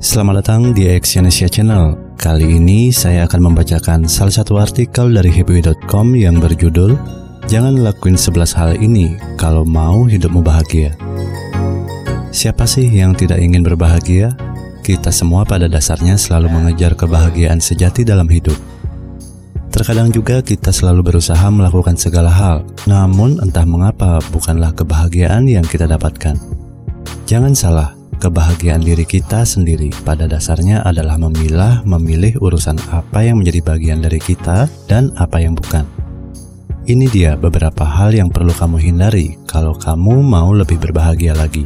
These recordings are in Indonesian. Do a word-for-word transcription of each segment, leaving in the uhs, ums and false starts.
Selamat datang di Exyonesia Channel. Kali ini saya akan membacakan salah satu artikel dari happy dot com yang berjudul Jangan lakuin sebelas hal ini kalau mau hidupmu bahagia. Siapa sih yang tidak ingin berbahagia? Kita semua pada dasarnya selalu mengejar kebahagiaan sejati dalam hidup. Terkadang juga kita selalu berusaha melakukan segala hal, namun entah mengapa bukanlah kebahagiaan yang kita dapatkan. Jangan salah, kebahagiaan diri kita sendiri pada dasarnya adalah memilah, memilih urusan apa yang menjadi bagian dari kita dan apa yang bukan. Ini dia beberapa hal yang perlu kamu hindari kalau kamu mau lebih berbahagia lagi.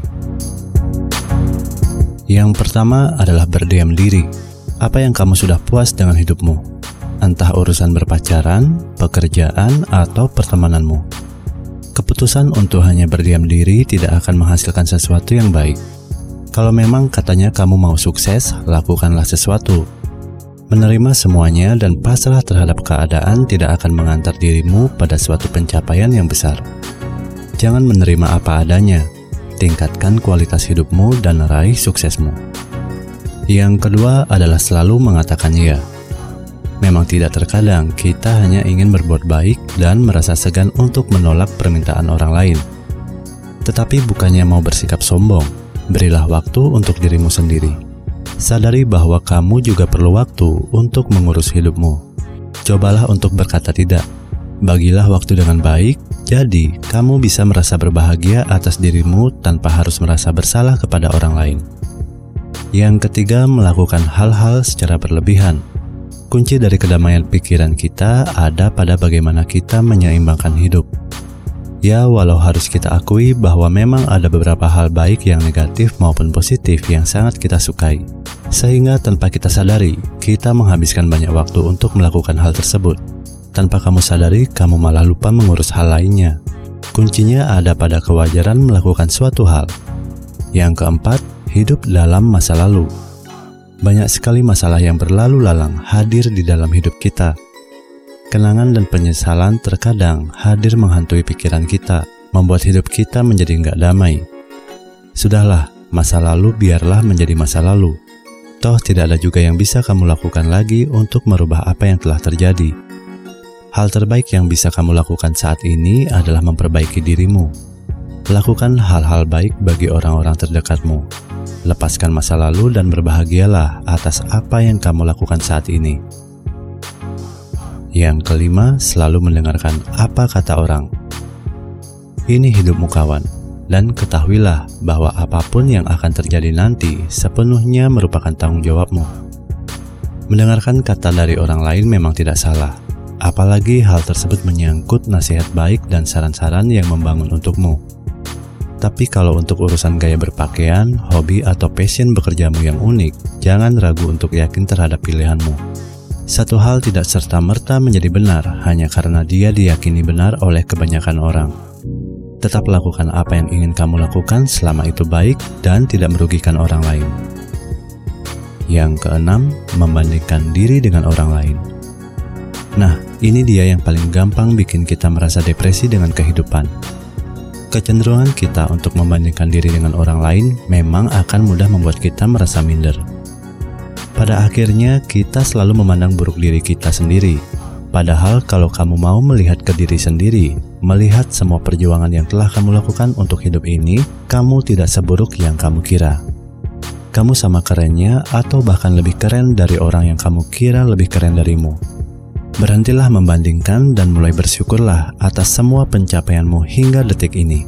Yang pertama adalah berdiam diri. Apa yang kamu sudah puas dengan hidupmu? Entah urusan berpacaran, pekerjaan, atau pertemananmu. Keputusan untuk hanya berdiam diri tidak akan menghasilkan sesuatu yang baik. Kalau memang katanya kamu mau sukses, lakukanlah sesuatu. Menerima semuanya dan pasrah terhadap keadaan tidak akan mengantar dirimu pada suatu pencapaian yang besar. Jangan menerima apa adanya. Tingkatkan kualitas hidupmu dan raih suksesmu. Yang kedua adalah selalu mengatakan ya. Memang tidak terkadang kita hanya ingin berbuat baik dan merasa segan untuk menolak permintaan orang lain. Tetapi bukannya mau bersikap sombong. Berilah waktu untuk dirimu sendiri. Sadari bahwa kamu juga perlu waktu untuk mengurus hidupmu. Cobalah untuk berkata tidak. Bagilah waktu dengan baik, jadi kamu bisa merasa berbahagia atas dirimu tanpa harus merasa bersalah kepada orang lain. Yang ketiga, melakukan hal-hal secara berlebihan. Kunci dari kedamaian pikiran kita ada pada bagaimana kita menyeimbangkan hidup. Ya, walau harus kita akui bahwa memang ada beberapa hal baik yang negatif maupun positif yang sangat kita sukai. Sehingga tanpa kita sadari, kita menghabiskan banyak waktu untuk melakukan hal tersebut. Tanpa kamu sadari, kamu malah lupa mengurus hal lainnya. Kuncinya ada pada kewajaran melakukan suatu hal. Yang keempat, hidup dalam masa lalu. Banyak sekali masalah yang berlalu lalang hadir di dalam hidup kita. Kenangan dan penyesalan terkadang hadir menghantui pikiran kita, membuat hidup kita menjadi enggak damai. Sudahlah, masa lalu biarlah menjadi masa lalu. Toh tidak ada juga yang bisa kamu lakukan lagi untuk merubah apa yang telah terjadi. Hal terbaik yang bisa kamu lakukan saat ini adalah memperbaiki dirimu. Lakukan hal-hal baik bagi orang-orang terdekatmu. Lepaskan masa lalu dan berbahagialah atas apa yang kamu lakukan saat ini. Yang kelima, selalu mendengarkan apa kata orang. Ini hidupmu kawan, dan ketahuilah bahwa apapun yang akan terjadi nanti sepenuhnya merupakan tanggung jawabmu. Mendengarkan kata dari orang lain memang tidak salah, apalagi hal tersebut menyangkut nasihat baik dan saran-saran yang membangun untukmu. Tapi kalau untuk urusan gaya berpakaian, hobi atau passion bekerjamu yang unik, jangan ragu untuk yakin terhadap pilihanmu. Satu hal tidak serta-merta menjadi benar hanya karena dia diyakini benar oleh kebanyakan orang. Tetap lakukan apa yang ingin kamu lakukan selama itu baik dan tidak merugikan orang lain. Yang keenam, membandingkan diri dengan orang lain. Nah, ini dia yang paling gampang bikin kita merasa depresi dengan kehidupan. Kecenderungan kita untuk membandingkan diri dengan orang lain memang akan mudah membuat kita merasa minder. Pada akhirnya, kita selalu memandang buruk diri kita sendiri. Padahal kalau kamu mau melihat ke diri sendiri, melihat semua perjuangan yang telah kamu lakukan untuk hidup ini, kamu tidak seburuk yang kamu kira. Kamu sama kerennya atau bahkan lebih keren dari orang yang kamu kira lebih keren darimu. Berhentilah membandingkan dan mulai bersyukurlah atas semua pencapaianmu hingga detik ini.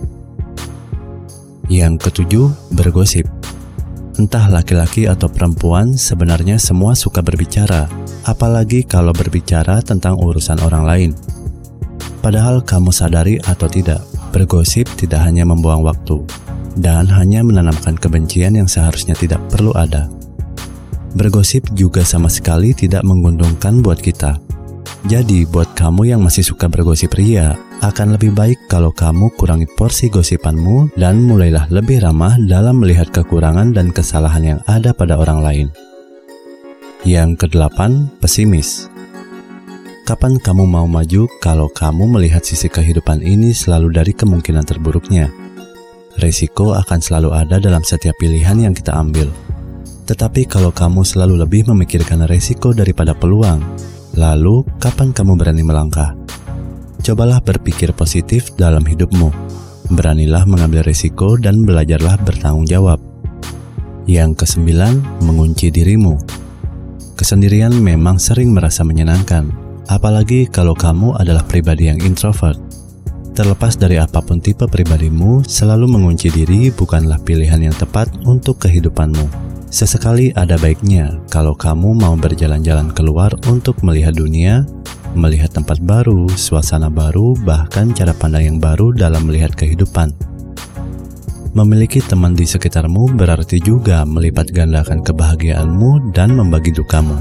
Yang ketujuh, bergosip. Entah laki-laki atau perempuan, sebenarnya semua suka berbicara, apalagi kalau berbicara tentang urusan orang lain. Padahal kamu sadari atau tidak, bergosip tidak hanya membuang waktu, dan hanya menanamkan kebencian yang seharusnya tidak perlu ada. Bergosip juga sama sekali tidak menguntungkan buat kita. Jadi buat kamu yang masih suka bergosip ria, akan lebih baik kalau kamu kurangi porsi gosipanmu dan mulailah lebih ramah dalam melihat kekurangan dan kesalahan yang ada pada orang lain. Yang kedelapan, pesimis. Kapan kamu mau maju kalau kamu melihat sisi kehidupan ini selalu dari kemungkinan terburuknya? Risiko akan selalu ada dalam setiap pilihan yang kita ambil. Tetapi kalau kamu selalu lebih memikirkan resiko daripada peluang, lalu kapan kamu berani melangkah? Cobalah berpikir positif dalam hidupmu. Beranilah mengambil resiko dan belajarlah bertanggung jawab. Yang kesembilan, mengunci dirimu. Kesendirian memang sering merasa menyenangkan, apalagi kalau kamu adalah pribadi yang introvert. Terlepas dari apapun tipe pribadimu, selalu mengunci diri bukanlah pilihan yang tepat untuk kehidupanmu. Sesekali ada baiknya kalau kamu mau berjalan-jalan keluar untuk melihat dunia, melihat tempat baru, suasana baru, bahkan cara pandang yang baru dalam melihat kehidupan. Memiliki teman di sekitarmu berarti juga melipat gandakan kebahagiaanmu dan membagi dukamu.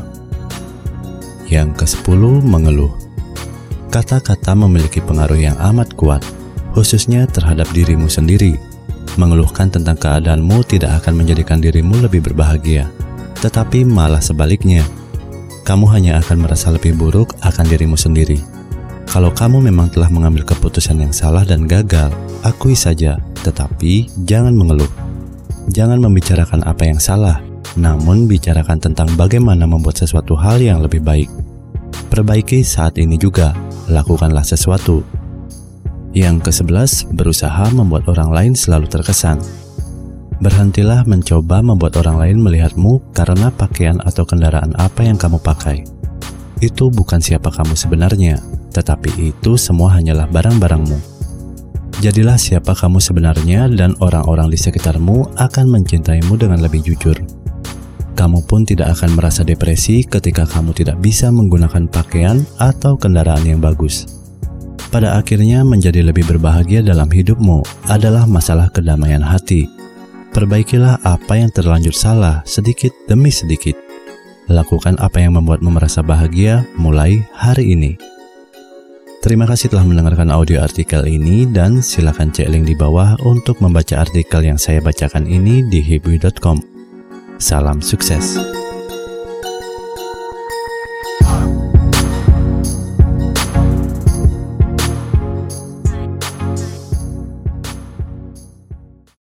Yang kesepuluh, mengeluh. Kata-kata memiliki pengaruh yang amat kuat, khususnya terhadap dirimu sendiri. Mengeluhkan tentang keadaanmu tidak akan menjadikan dirimu lebih berbahagia, tetapi malah sebaliknya. Kamu hanya akan merasa lebih buruk akan dirimu sendiri. Kalau kamu memang telah mengambil keputusan yang salah dan gagal, akui saja, tetapi jangan mengeluh. Jangan membicarakan apa yang salah, namun bicarakan tentang bagaimana membuat sesuatu hal yang lebih baik. Perbaiki saat ini juga. Lakukanlah sesuatu. Yang kesebelas, berusaha membuat orang lain selalu terkesan. Berhentilah mencoba membuat orang lain melihatmu karena pakaian atau kendaraan apa yang kamu pakai. Itu bukan siapa kamu sebenarnya, tetapi itu semua hanyalah barang-barangmu. Jadilah siapa kamu sebenarnya dan orang-orang di sekitarmu akan mencintaimu dengan lebih jujur. Kamu pun tidak akan merasa depresi ketika kamu tidak bisa menggunakan pakaian atau kendaraan yang bagus. Pada akhirnya, menjadi lebih berbahagia dalam hidupmu adalah masalah kedamaian hati. Perbaikilah apa yang terlanjur salah sedikit demi sedikit. Lakukan apa yang membuatmu merasa bahagia mulai hari ini. Terima kasih telah mendengarkan audio artikel ini dan silakan cek link di bawah untuk membaca artikel yang saya bacakan ini di hibui dot com. Salam sukses.